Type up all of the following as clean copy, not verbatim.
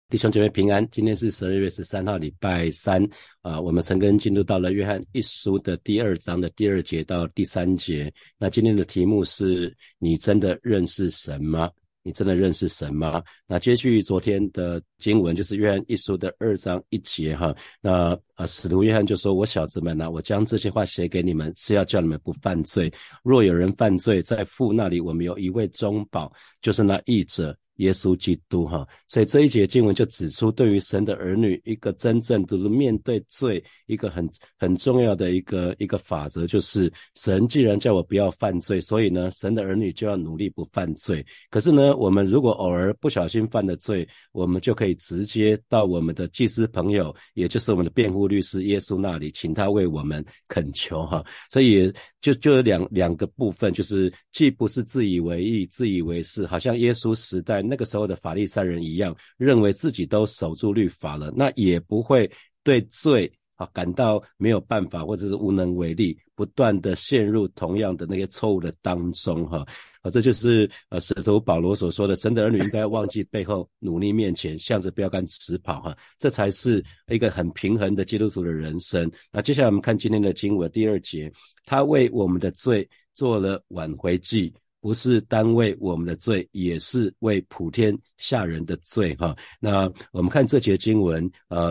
弟兄姐妹平安，今天是12月13号礼拜三我们陈根进入到了约翰一书的第二章的第2节到第3节。那今天的题目是你真的认识神吗？你真的认识神吗？那接续昨天的经文，就是约翰一书的2章1节那使徒约翰就说，我小子们我将这些话写给你们，是要叫你们不犯罪。若有人犯罪，在父那里我们有一位中保，就是那义者耶稣基督所以这一节经文就指出，对于神的儿女一个真正的面对罪一个很重要的一个法则，就是神既然叫我不要犯罪，所以呢神的儿女就要努力不犯罪。可是呢我们如果偶尔不小心犯了罪，我们就可以直接到我们的祭司朋友，也就是我们的辩护律师耶稣那里，请他为我们恳求所以就有两个部分，就是既不是自以为意自以为是，好像耶稣时代那个时候的法利赛人一样，认为自己都守住律法了，那也不会对罪感到没有办法或者是无能为力，不断的陷入同样的那些错误的当中这就是使徒保罗所说的，神的儿女应该忘记背后，努力面前，向着标杆直跑这才是一个很平衡的基督徒的人生。那接下来我们看今天的经文第2节，他为我们的罪做了挽回祭，不是单为我们的罪，也是为普天下人的罪那我们看这节经文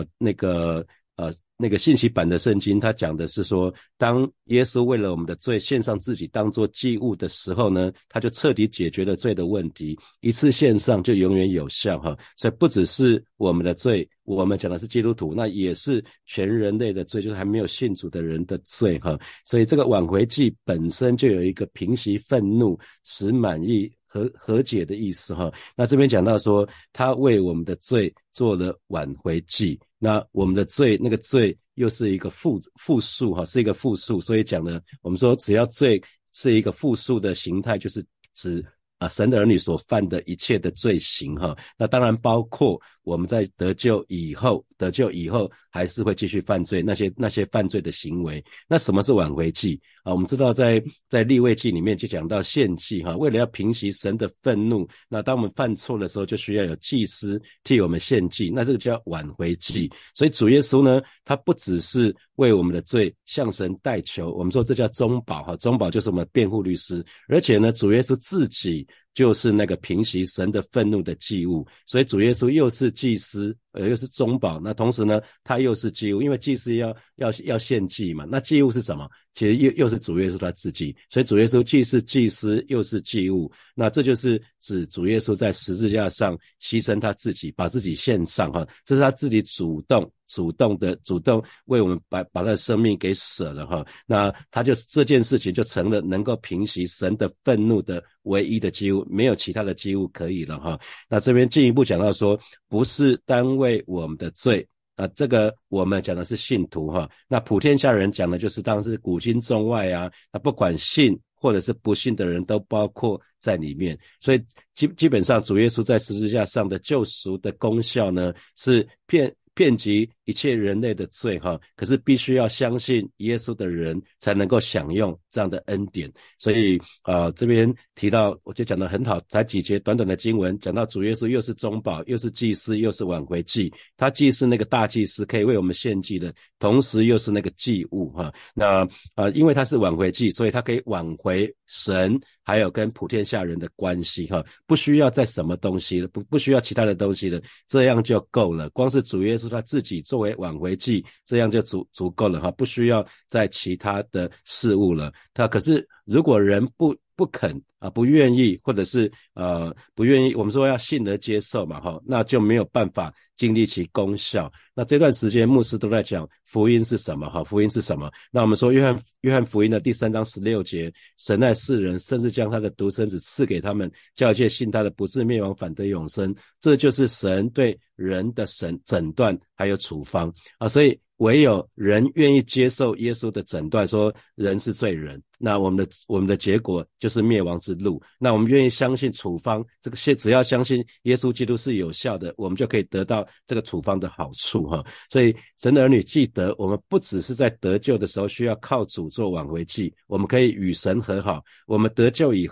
那个信息版的圣经，它讲的是说，当耶稣为了我们的罪献上自己当作祭物的时候呢，他就彻底解决了罪的问题，一次献上就永远有效所以不只是我们的罪，我们讲的是基督徒，那也是全人类的罪，就是还没有信主的人的罪所以这个挽回祭本身就有一个平息愤怒、使满意和解的意思那这边讲到说，他为我们的罪做了挽回祭，那我们的罪，那个罪又是一个复数是一个复数，所以讲呢，我们说只要罪是一个复数的形态，就是指神的儿女所犯的一切的罪行那当然包括我们在得救以后还是会继续犯罪，那些犯罪的行为。那什么是挽回祭我们知道在利未记里面就讲到献祭为了要平息神的愤怒，那当我们犯错的时候，就需要有祭司替我们献祭，那这个叫挽回祭。所以主耶稣呢，他不只是为我们的罪向神代求，我们说这叫中保中保就是我们的辩护律师，而且呢主耶稣自己就是那个平息神的愤怒的祭物，所以主耶稣又是祭司又是中保，那同时呢他又是祭物，因为祭司要献祭嘛，那祭物是什么？其实又是主耶稣他自己，所以主耶稣既是祭司又是祭物，那这就是指主耶稣在十字架上牺牲他自己，把自己献上这是他自己主动为我们把他的生命给舍了那他就这件事情就成了能够平息神的愤怒的唯一的祭物，没有其他的祭物可以了那这边进一步讲到说，不是单为我们的罪这个我们讲的是信徒那普天下人讲的就是当然是古今中外那不管信或者是不信的人都包括在里面，所以基本上主耶稣在十字架上的救赎的功效呢，是遍及一切人类的罪可是必须要相信耶稣的人才能够享用这样的恩典。所以这边提到我就讲得很好，才几节短短的经文讲到主耶稣又是中保又是祭司又是挽回祭，他既是那个大祭司可以为我们献祭的，同时又是那个祭物那因为他是挽回祭，所以他可以挽回神还有跟普天下人的关系不需要再什么东西了，不需要其他的东西了，这样就够了，光是主耶稣他自己作为挽回祭，这样就足够了不需要再其他的事物了。可是如果人不肯不愿意，或者是不愿意，我们说要信而接受嘛那就没有办法经历其功效。那这段时间牧师都在讲福音是什么福音是什么？那我们说约翰福音的第3章16节，神爱世人，甚至将他的独生子赐给他们，叫一切信他的不至灭亡，反得永生。这就是神对人的诊断还有处方所以唯有人愿意接受耶稣的诊断，说人是罪人，那我们的结果就是灭亡之路。那我们愿意相信处方，只要相信耶稣基督是有效的，我们就可以得到这个处方的好处所以神的儿女记得，我们不只是在得救的时候需要靠主做挽回祭，我们可以与神和好，我们得救以后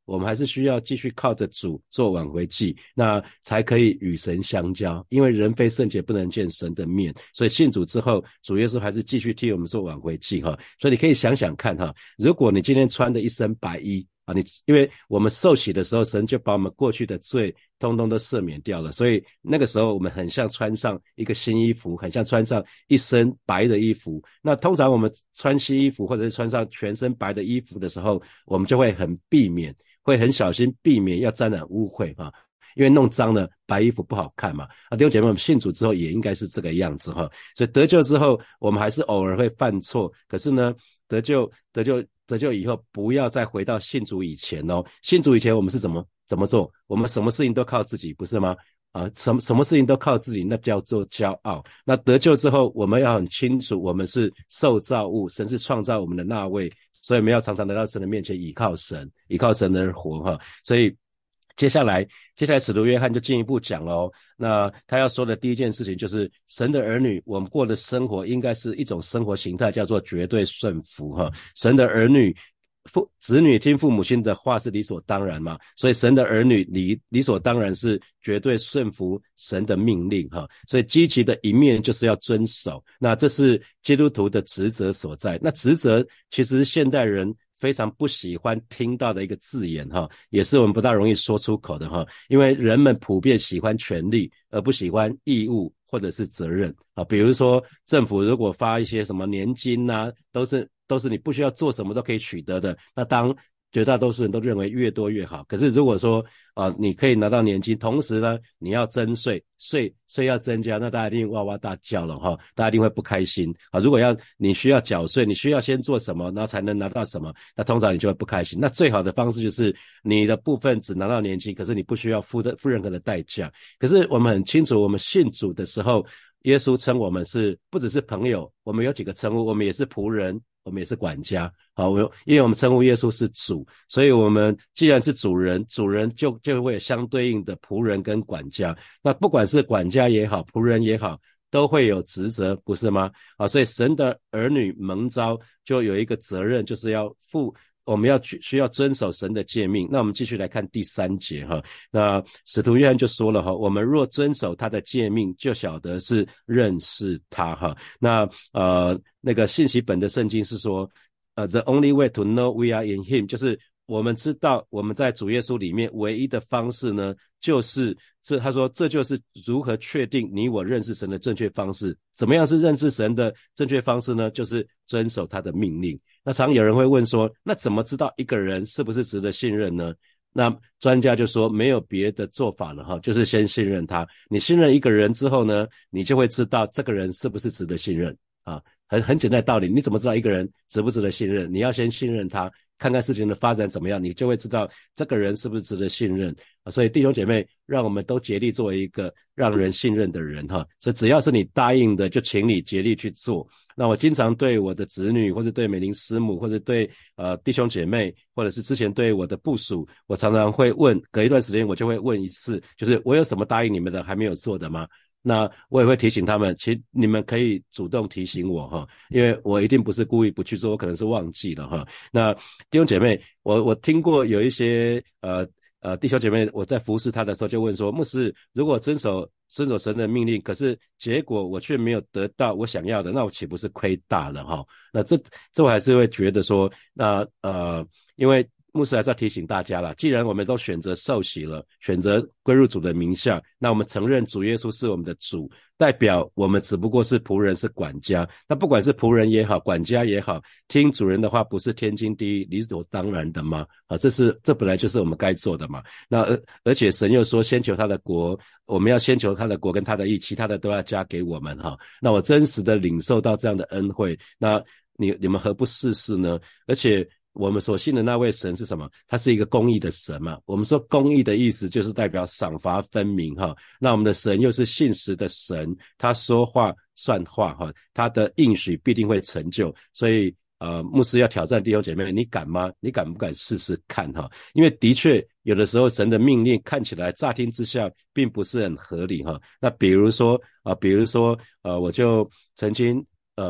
我们还是需要继续靠着主做挽回祭，那才可以与神相交，因为人非圣洁不能见神的面，所以信主之后，主耶稣还是继续替我们做挽回祭哈。所以你可以想想看哈，如果你今天穿的一身白衣啊，因为我们受洗的时候，神就把我们过去的罪通通都赦免掉了，所以那个时候我们很像穿上一个新衣服，很像穿上一身白的衣服。那通常我们穿新衣服或者是穿上全身白的衣服的时候，我们就会很小心避免要沾染污秽啊，因为弄脏了白衣服不好看嘛。弟兄姐妹，我们信主之后也应该是这个样子哈。所以得救之后，我们还是偶尔会犯错，可是呢，得救以后，不要再回到信主以前哦。信主以前我们是怎么做？我们什么事情都靠自己，不是吗？什么事情都靠自己，那叫做骄傲。那得救之后，我们要很清楚，我们是受造物，神是创造我们的那位，所以我们要常常来到神的面前，倚靠神而活哈。所以接下来使徒约翰就进一步讲了哦。那他要说的第一件事情就是神的儿女，我们过的生活应该是一种生活形态，叫做绝对顺服哈。神的儿女子女听父母亲的话是理所当然嘛，所以神的儿女理所当然是绝对顺服神的命令哈。所以积极的一面就是要遵守，那这是基督徒的职责所在。那职责其实现代人非常不喜欢听到的一个字眼哈，也是我们不大容易说出口的哈，因为人们普遍喜欢权利而不喜欢义务或者是责任啊。比如说政府如果发一些什么年金啊，都是你不需要做什么都可以取得的，那当绝大多数人都认为越多越好。可是如果说你可以拿到年金，同时呢你要征税要增加，那大家一定哇哇大叫了哈，大家一定会不开心啊。如果你需要缴税，你需要先做什么，然后才能拿到什么，那通常你就会不开心。那最好的方式就是你的部分只拿到年金，可是你不需要付任何的代价。可是我们很清楚，我们信主的时候，耶稣称我们不只是朋友，我们有几个称呼，我们也是仆人，我们也是管家。好，因为我们称呼耶稣是主，所以我们既然是主人就会有相对应的仆人跟管家。那不管是管家也好，仆人也好，都会有职责，不是吗？所以神的儿女蒙召就有一个责任，就是我们需要遵守神的诫命。那我们继续来看第3节哈。那使徒约翰就说了哈，我们若遵守他的诫命，就晓得是认识他哈。那个信息本的圣经是说the only way to know we are in him， 就是我们知道我们在主耶稣里面唯一的方式呢，就是他说这就是如何确定你我认识神的正确方式。怎么样是认识神的正确方式呢？就是遵守他的命令。那常有人会问说，那怎么知道一个人是不是值得信任呢？那专家就说没有别的做法了哈，就是先信任他。你信任一个人之后呢，你就会知道这个人是不是值得信任啊。很简单的道理，你怎么知道一个人值不值得信任？你要先信任他，看看事情的发展怎么样，你就会知道这个人是不是值得信任所以弟兄姐妹，让我们都竭力作为一个让人信任的人哈。所以只要是你答应的，就请你竭力去做。那我经常对我的子女，或者对美玲师母，或者对弟兄姐妹，或者是之前对我的部属，我常常会问，隔一段时间我就会问一次，就是我有什么答应你们的还没有做的吗？那我也会提醒他们，其实你们可以主动提醒我哈，因为我一定不是故意不去做，我可能是忘记了哈。那弟兄姐妹，我听过有一些弟兄姐妹，我在服侍他的时候就问说，牧师，如果遵守神的命令，可是结果我却没有得到我想要的，那我岂不是亏大了哈？那这我还是会觉得说，因为牧师还是要提醒大家啦，既然我们都选择受洗了，选择归入主的名下，那我们承认主耶稣是我们的主，代表我们只不过是仆人，是管家。那不管是仆人也好，管家也好，听主人的话不是天经地义理所当然的吗？这本来就是我们该做的嘛。那而且神又说先求他的国，我们要先求他的国跟他的义，其他的都要加给我们哈。那我真实的领受到这样的恩惠，那你们何不试试呢？而且我们所信的那位神是什么？他是一个公义的神嘛。我们说公义的意思就是代表赏罚分明哈。那我们的神又是信实的神，他说话算话哈，他的应许必定会成就。所以牧师要挑战弟兄姐妹，你敢吗？你敢不敢试试看哈？因为的确有的时候神的命令看起来乍听之下并不是很合理哈。那比如说我就曾经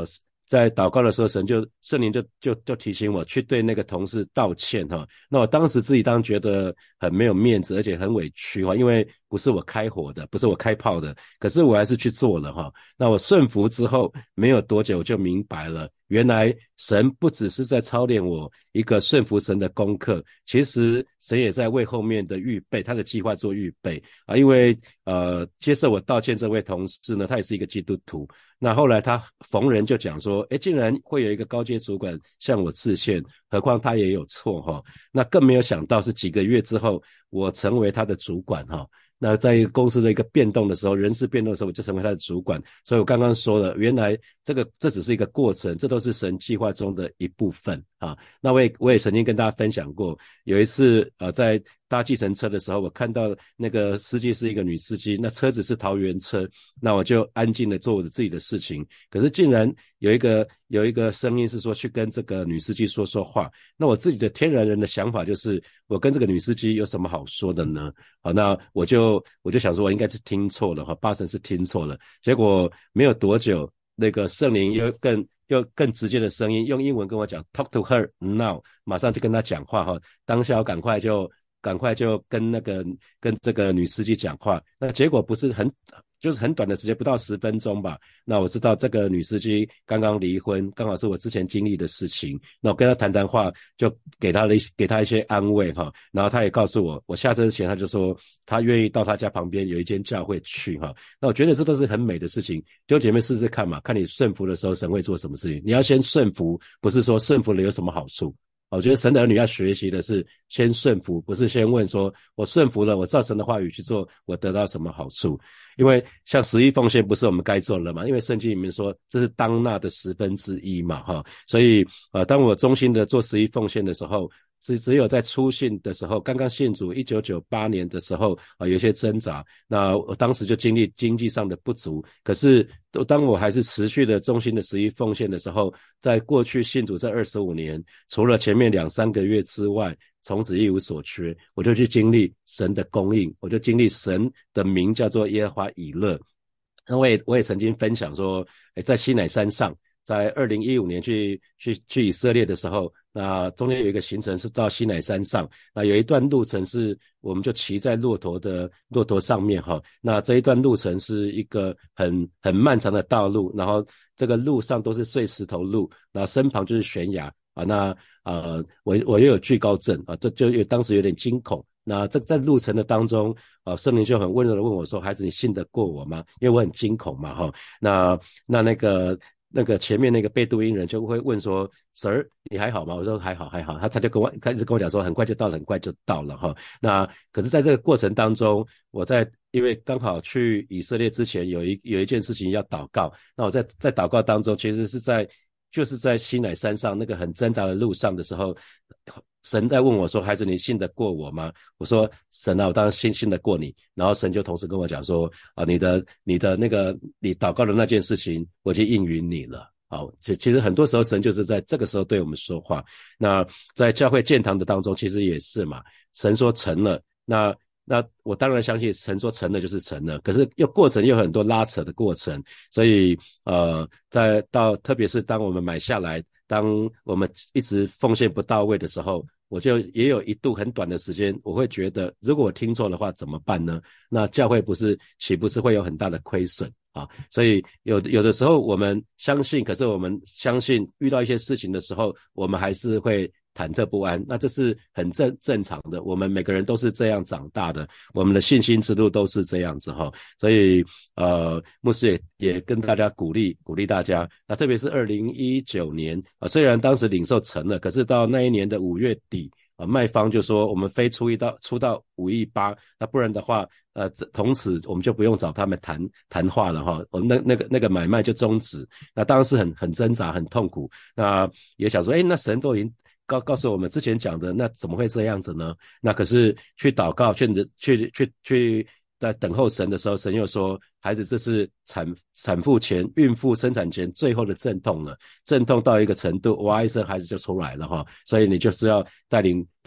在祷告的时候，圣灵就提醒我去对那个同事道歉哈。那我当时自己觉得很没有面子，而且很委屈哈，因为不是我开火的，不是我开炮的，可是我还是去做了哈。那我顺服之后，没有多久我就明白了，原来神不只是在操练我一个顺服神的功课，其实神也在为后面的预备，他的计划做预备啊。因为接受我道歉这位同事呢，他也是一个基督徒。那后来他逢人就讲说，竟然会有一个高阶主管向我致歉，何况他也有错哈。那更没有想到是几个月之后，我成为他的主管哈。那在公司的一个变动的时候，人事变动的时候，我就成为他的主管。所以我刚刚说了，原来这只是一个过程，这都是神计划中的一部分啊。那我也曾经跟大家分享过，有一次在搭计程车的时候，我看到那个司机是一个女司机，那车子是桃园车，那我就安静的做我的自己的事情。可是竟然有一个声音是说去跟这个女司机说话。那我自己的天然人的想法就是，我跟这个女司机有什么好说的呢？好，那我就想说，我应该是听错了哈，八成是听错了。结果没有多久，那个圣灵又更直接的声音，用英文跟我讲 ，talk to her now， 马上就跟她讲话哈。当下我赶快就跟这个女司机讲话。那结果不是就是很短的时间，不到10分钟吧。那我知道这个女司机刚刚离婚，刚好是我之前经历的事情。那我跟她谈话，就给她一些安慰哈。然后她也告诉我，我下车之前她就说她愿意到她家旁边有一间教会去哈。那我觉得这都是很美的事情，弟兄姐妹试试看嘛，看你顺服的时候神会做什么事情。你要先顺服，不是说顺服了有什么好处。我觉得神的儿女要学习的是先顺服，不是先问说我顺服了，我照神的话语去做，我得到什么好处。因为像11奉献不是我们该做的嘛，因为圣经里面说这是当纳的1/10嘛哈。所以当我忠心的做11奉献的时候，只有在初信的时候，刚刚信主1998年的时候有一些挣扎。那我当时就经历经济上的不足，可是当我还是持续的忠心的11奉献的时候，在过去信主这25年，除了前面2-3个月之外，从此一无所缺，我就去经历神的供应，我就经历神的名叫做耶和华以勒。那我也曾经分享说，在西乃山上，在2015年去以色列的时候，那中间有一个行程是到西乃山上，那有一段路程是我们就骑在骆驼上面哈。那这一段路程是一个很漫长的道路，然后这个路上都是碎石头路，然后身旁就是悬崖啊。那我又有惧高症啊，这就当时有点惊恐。那在路程的当中圣灵就很温柔的问我说，孩子你信得过我吗？因为我很惊恐嘛哈。那个前面那个贝都因人就会问说 Sir 你还好吗？我说还好。他就开始跟我讲说很快就到了哈。那可是在这个过程当中，因为刚好去以色列之前有一件事情要祷告，那我在祷告当中其实就是在西乃山上那个很挣扎的路上的时候，神在问我说，孩子你信得过我吗？我说神啊，我当然信得过你。然后神就同时跟我讲说你的那个你祷告的那件事情我已经应允你了。好，其实很多时候神就是在这个时候对我们说话。那在教会建堂的当中其实也是嘛，神说成了，那我当然相信神说成了就是成了，可是过程又有很多拉扯的过程。所以特别是当我们买下来，当我们一直奉献不到位的时候，我就也有一度很短的时间，我会觉得如果我听错的话怎么办呢？那教会岂不是会有很大的亏损啊？所以有的时候我们相信，可是我们相信遇到一些事情的时候，我们还是会忐忑不安。那这是很正常的，我们每个人都是这样长大的，我们的信心之路都是这样子哈。所以牧师也跟大家鼓励大家。那特别是2019年虽然当时领受成了，可是到那一年的5月底卖方就说我们非出到518，那不然的话从此我们就不用找他们谈话了哈，我们那个买卖就终止。那当然是很挣扎很痛苦。那也想说那神都已经告诉我们之前讲的，那怎么会这样子呢？那可是去祷告去在等候神的时候，神又说孩子这是产妇前孕妇生产前最后的阵痛了，阵痛到一个程度哇一声孩子就出来了哈。所以你就是要带领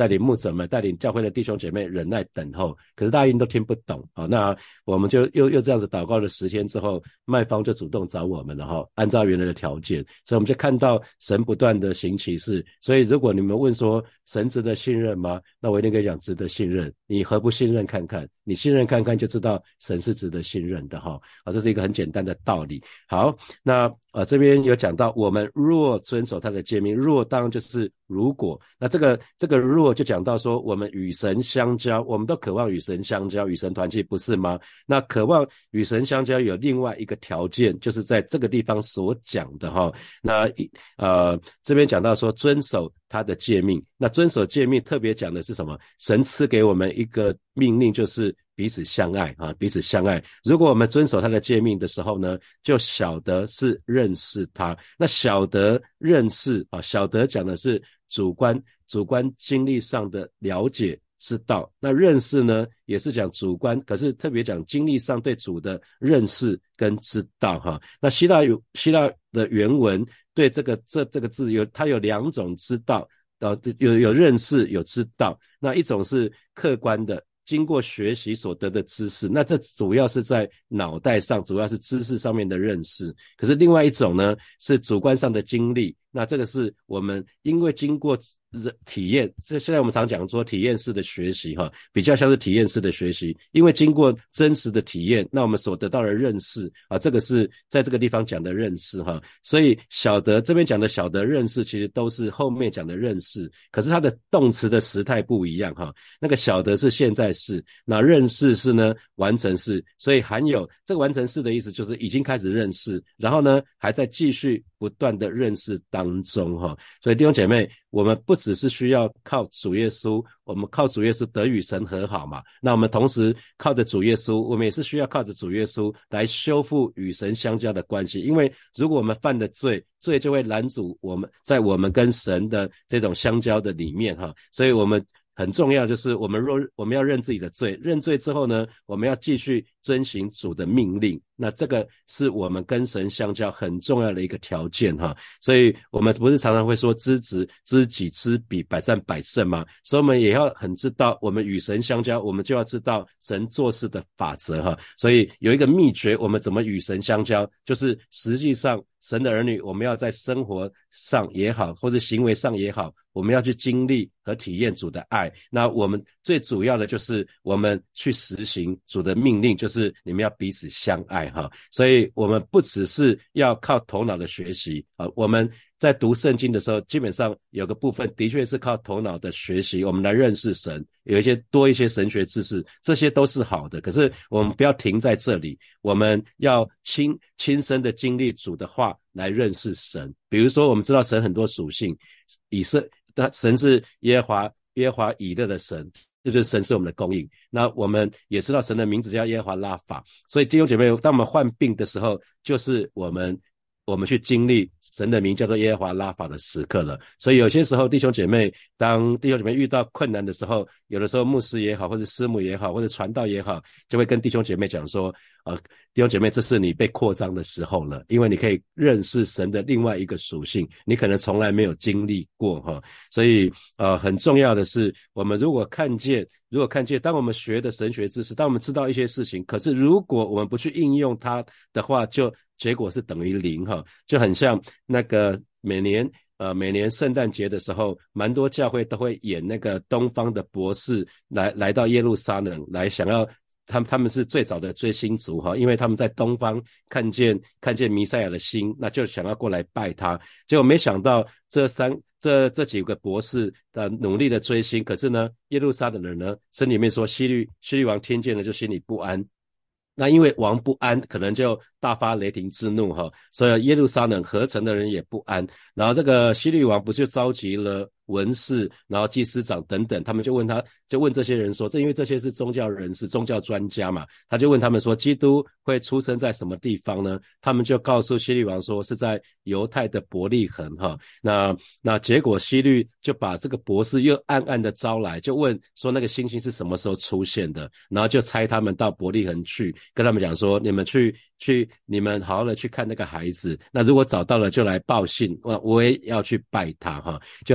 带领牧者们，带领教会的弟兄姐妹忍耐等候，可是大家都听不懂。好，那我们就又这样子祷告了10天之后，卖方就主动找我们了哈，按照原来的条件，所以我们就看到神不断的行奇事。所以如果你们问说神值得信任吗？那我一定可以讲值得信任。你何不信任看看？你信任看看就知道神是值得信任的哈。这是一个很简单的道理。好，那这边有讲到我们若遵守他的诫命，若当然就是如果，那这个若就讲到说我们与神相交，我们都渴望与神相交，与神团契，不是吗？那渴望与神相交有另外一个条件，就是在这个地方所讲的哈。那这边讲到说遵守他的诫命，那遵守诫命特别讲的是什么？神赐给我们一个命令，就是彼此相爱啊，彼此相爱。如果我们遵守他的诫命的时候呢，就晓得是认识他。那晓得认识啊，晓得讲的是主观经历上的了解知道，那认识呢也是讲主观，可是特别讲经历上对主的认识跟知道哈。那希腊的原文对这个字它有2种知道，有认识有知道。那一种是客观的，经过学习所得的知识，那这主要是在脑袋上，主要是知识上面的认识。可是另外一种呢是主观上的经历，那这个是我们因为经过体验，这现在我们常讲说体验式的学习哈，比较像是体验式的学习，因为经过真实的体验，那我们所得到的认识啊，这个是在这个地方讲的认识哈。所以晓得这边讲的晓得认识，其实都是后面讲的认识，可是它的动词的时态不一样哈。那个晓得是现在式，那认识是呢完成式，所以含有这个完成式的意思就是已经开始认识，然后呢还在继续不断的认识当中哈。所以弟兄姐妹，我们不只是需要靠主耶稣，我们靠主耶稣得与神和好嘛，那我们同时靠着主耶稣，我们也是需要靠着主耶稣来修复与神相交的关系。因为如果我们犯的罪就会拦阻我们在我们跟神的这种相交的里面哈。所以我们很重要就是我们要认自己的罪，认罪之后呢，我们要继续遵行主的命令，那这个是我们跟神相交很重要的一个条件哈。所以我们不是常常会说知己知彼，百战百胜吗？所以我们也要很知道我们与神相交，我们就要知道神做事的法则哈。所以有一个秘诀，我们怎么与神相交，就是实际上神的儿女，我们要在生活上也好，或者行为上也好，我们要去经历和体验主的爱。那我们最主要的就是我们去实行主的命令，就是你们要彼此相爱哈。所以我们不只是要靠头脑的学习啊，我们在读圣经的时候，基本上有个部分的确是靠头脑的学习，我们来认识神，有多一些神学知识，这些都是好的。可是我们不要停在这里，我们要亲身的经历主的话来认识神。比如说我们知道神很多属性，神是耶和华以勒的神，这就是神是我们的供应。那我们也知道神的名字叫耶和华拉法，所以弟兄姐妹，当我们患病的时候，就是我们去经历神的名叫做耶和华拉法的时刻了。所以有些时候当弟兄姐妹遇到困难的时候，有的时候牧师也好，或者师母也好，或者传道也好，就会跟弟兄姐妹讲说弟兄姐妹，这是你被扩张的时候了，因为你可以认识神的另外一个属性，你可能从来没有经历过哈。所以很重要的是，我们如果看见当我们学的神学知识，当我们知道一些事情，可是如果我们不去应用它的话，就结果是等于0哈。就很像那个每年圣诞节的时候，蛮多教会都会演那个东方的博士来到耶路撒冷，来想要他们是最早的追星族哈，因为他们在东方看见弥赛亚的星，那就想要过来拜他。结果没想到这几个博士努力的追星，可是呢耶路撒冷人呢，圣经里面说希律王听见了就心里不安，那因为王不安，可能就大发雷霆之怒哈，所以耶路撒冷合城的人也不安。然后这个希律王不就召集了文士，然后祭司长等等，他们就问这些人说，因为这些是宗教人士、宗教专家嘛，他就问他们说，基督会出生在什么地方呢？他们就告诉希律王说，是在犹太的伯利恒哈。那结果希律就把这个博士又暗暗的招来，就问说那个星星是什么时候出现的，然后就差他们到伯利恒去，跟他们讲说，你们好好的去看那个孩子，那如果找到了就来报信，我也要去拜他哈。就他们听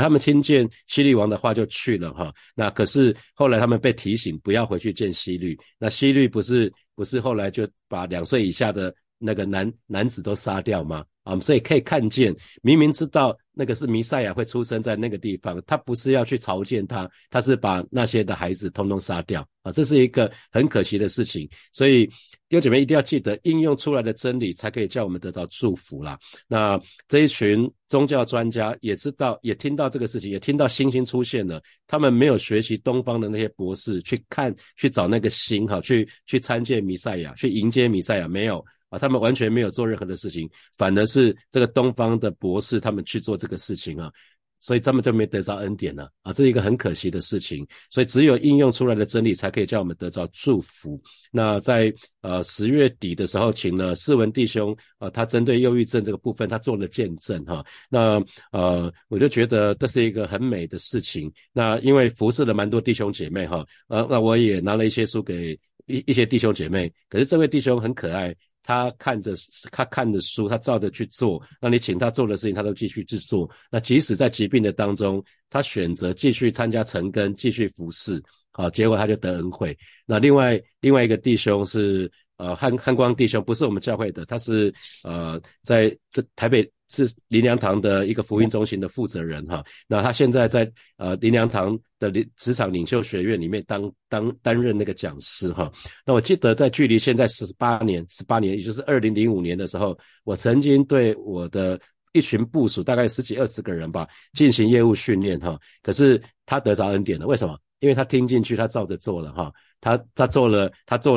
见希律王的话就去了哈。那可是后来他们被提醒不要回去见希律，那希律不是后来就把2岁以下的那个男子都杀掉吗？所以可以看见，明明知道那个是弥赛亚会出生在那个地方，他不是要去朝见他，他是把那些的孩子通通杀掉这是一个很可惜的事情。所以弟兄姐妹一定要记得，应用出来的真理才可以叫我们得到祝福啦。那这一群宗教专家也知道，也听到这个事情，也听到星星出现了，他们没有学习东方的那些博士去找那个星去参见弥赛亚，去迎接弥赛亚，没有他们完全没有做任何的事情，反而是这个东方的博士他们去做这个事情所以他们就没得着恩典了这是一个很可惜的事情。所以只有应用出来的真理才可以叫我们得着祝福。那在10月底的时候，请了世文弟兄他针对忧郁症这个部分他做了见证那我就觉得这是一个很美的事情。那因为服侍了蛮多弟兄姐妹那我也拿了一些书给一些弟兄姐妹，可是这位弟兄很可爱，他看着书，他照着去做，那你请他做的事情他都继续去做。那即使在疾病的当中，他选择继续参加晨更，继续服侍结果他就得恩惠。那另外一个弟兄是汉光弟兄，不是我们教会的，他是在这台北是林良堂的一个福音中心的负责人那他现在在林良堂的职场领袖学院里面担任那个讲师那我记得在距离现在18年，也就是2005年的时候，我曾经对我的一群部属大概10几20个人吧进行业务训练可是他得着恩典了，为什么？因为他听进去，他照着做了他做了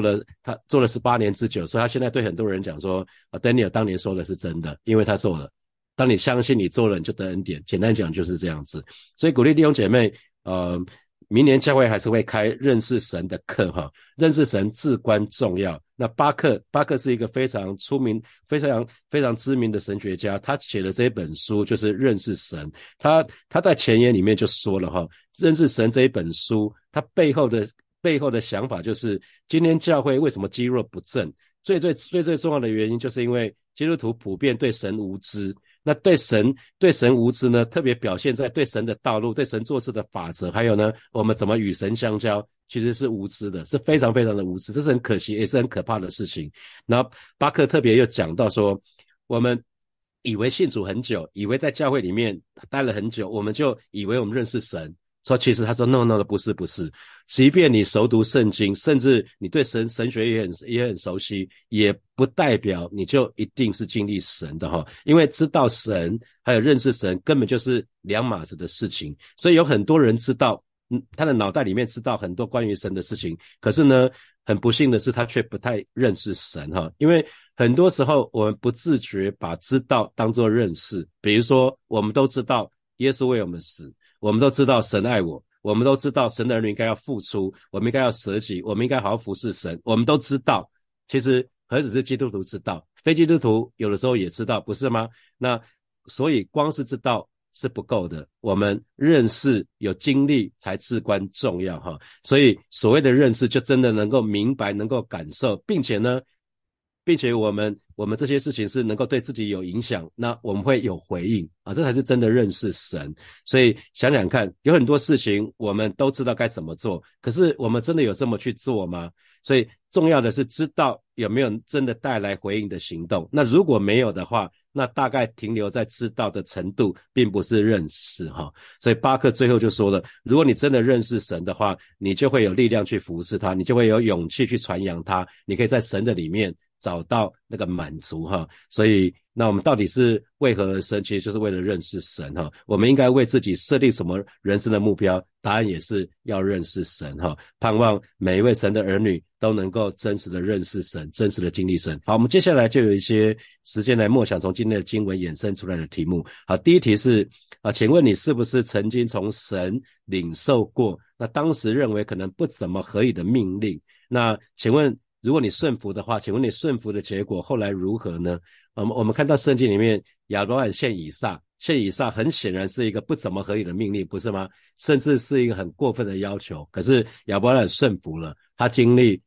18年之久，所以他现在对很多人讲说Daniel 当年说的是真的，因为他做了。当你相信你做了，你就得恩典，简单讲就是这样子。所以鼓励弟兄姐妹明年教会还是会开认识神的课认识神至关重要。那巴克是一个非常出名非常知名的神学家，他写的这一本书就是认识神。他在前言里面就说了认识神这一本书他背后的想法就是今天教会为什么积弱不振，最重要的原因就是因为基督徒普遍对神无知。那对神无知呢，特别表现在对神的道路，对神做事的法则，还有呢我们怎么与神相交，其实是无知的，是非常非常的无知，这是很可惜也是很可怕的事情。然后巴克特别又讲到说，我们以为信主很久，以为在教会里面待了很久，我们就以为我们认识神，说其实他说 no 不是，即便你熟读圣经，甚至你对神学也很熟悉，也不代表你就一定是经历神的因为知道神还有认识神根本就是两码子的事情。所以有很多人知道他的脑袋里面知道很多关于神的事情，可是呢很不幸的是他却不太认识神因为很多时候我们不自觉把知道当作认识。比如说我们都知道耶稣为我们死，我们都知道神爱我们都知道神的儿女应该要付出，我们应该要舍己，我们应该好好服侍神，我们都知道。其实何止是基督徒知道，非基督徒有的时候也知道，不是吗？那所以光是知道是不够的，我们认识有经历才至关重要所以所谓的认识就真的能够明白，能够感受，并且我们这些事情是能够对自己有影响，那我们会有回应这才是真的认识神。所以想想看，有很多事情我们都知道该怎么做，可是我们真的有这么去做吗？所以重要的是知道有没有真的带来回应的行动。那如果没有的话，那大概停留在知道的程度，并不是认识所以巴克最后就说了，如果你真的认识神的话，你就会有力量去服侍他，你就会有勇气去传扬他，你可以在神的里面找到那个满足所以那我们到底是为何而生？其实就是为了认识神我们应该为自己设定什么人生的目标？答案也是要认识神盼望每一位神的儿女都能够真实的认识神，真实的经历神。好，我们接下来就有一些时间来默想从今天的经文衍生出来的题目。好，第一题是请问你是不是曾经从神领受过那当时认为可能不怎么合理的命令？那请问如果你顺服的话，请问你顺服的结果后来如何呢？我们看到圣经里面亚伯拉罕献以撒很显然是一个不怎么合理的命令，不是吗？甚至是一个很过分的要求，可是亚伯拉罕顺服了，他经历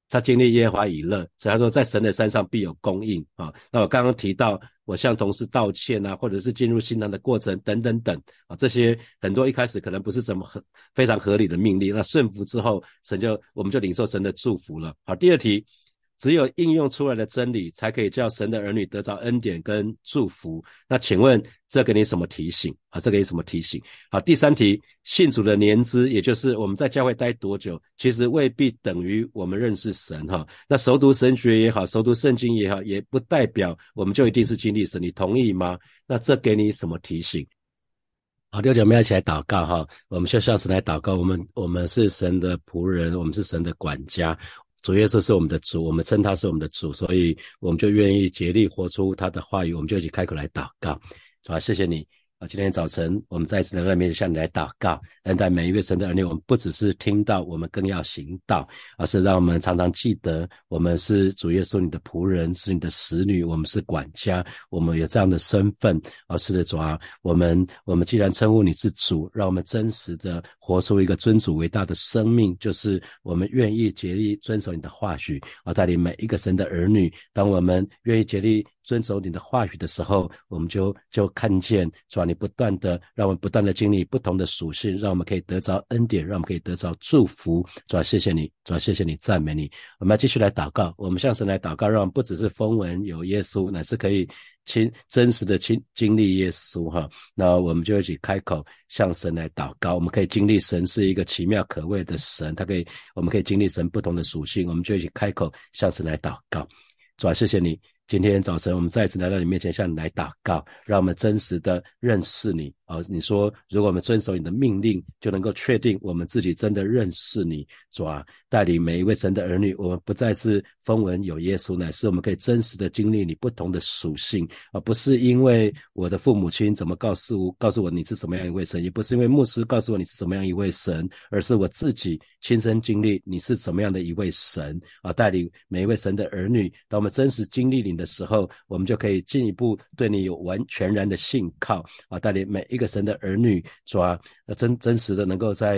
他经历耶和华以勒，所以他说在神的山上必有供应啊。那我刚刚提到我向同事道歉啊，或者是进入新郎的过程等等等啊，这些很多一开始可能不是怎么非常合理的命令，那顺服之后，我们就领受神的祝福了。好，第二题，只有应用出来的真理，才可以叫神的儿女得着恩典跟祝福。那请问这给你什么提醒啊？这给你什么提醒？好，第三题，信主的年资，也就是我们在教会待多久，其实未必等于我们认识神哈。那熟读神学也好，熟读圣经也好，也不代表我们就一定是经历神，你同意吗？那这给你什么提醒？好，弟兄姐妹一起来祷告哈，我们就向神来祷告。我们是神的仆人，我们是神的管家。主耶稣是我们的主，我们称他是我们的主，所以我们就愿意竭力活出他的话语，我们就一起开口来祷告。主啊，谢谢你啊！今天早晨我们再一次来到面前向你来祷告，恩待每一位神的儿女，我们不只是听到，我们更要行道，而是让我们常常记得，我们是主耶稣你的仆人，是你的使女，我们是管家，我们有这样的身份。是的，主啊，我们既然称呼你是主，让我们真实的活出一个尊主为大的生命，就是我们愿意竭力遵守你的话语，带领每一个神的儿女。当我们愿意竭力遵守你的话语的时候，我们就看见主啊，你不断的让我们不断的经历不同的属性，让我们可以得着恩典，让我们可以得着祝福。主啊，谢谢你，主啊，谢谢你，赞美你。我们要继续来祷告，我们向神来祷告，让我们不只是风闻有耶稣，乃是可以真实的经历耶稣哈。那我们就一起开口向神来祷告，我们可以经历神是一个奇妙可畏的神，我们可以经历神不同的属性，我们就一起开口向神来祷告。主啊，谢谢你，今天早晨我们再次来到你面前向你来祷告，让我们真实的认识你你说如果我们遵守你的命令，就能够确定我们自己真的认识你。主啊，带领每一位神的儿女，我们不再是风闻有耶稣，乃是我们可以真实的经历你不同的属性，而不是因为我的父母亲怎么告诉我你是什么样一位神，也不是因为牧师告诉我你是什么样一位神，而是我自己亲身经历你是什么样的一位神带领每一位神的儿女，当我们真实经历你的时候，我们就可以进一步对你有全然的信靠带领每一个神的儿女。主啊，真实的能够在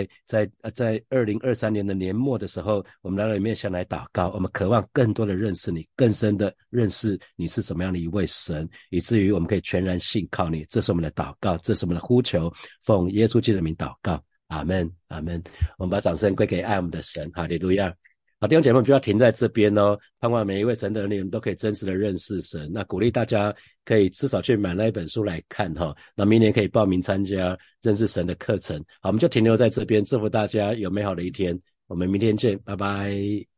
2023年的年末的时候，我们来到里面向来祷告，我们渴望更多的认识你，更深的认识你是什么样的一位神，以至于我们可以全然信靠你。这是我们的祷告，这是我们的呼求，奉耶稣基督的名祷告，阿们，阿们。我们把掌声归给爱我们的神，哈利路亚。好，弟兄姐妹，我们就要停在这边哦。盼望每一位神的儿女都可以真实的认识神。那鼓励大家可以至少去买那一本书来看哈。那明年可以报名参加认识神的课程。好，我们就停留在这边，祝福大家有美好的一天。我们明天见，拜拜。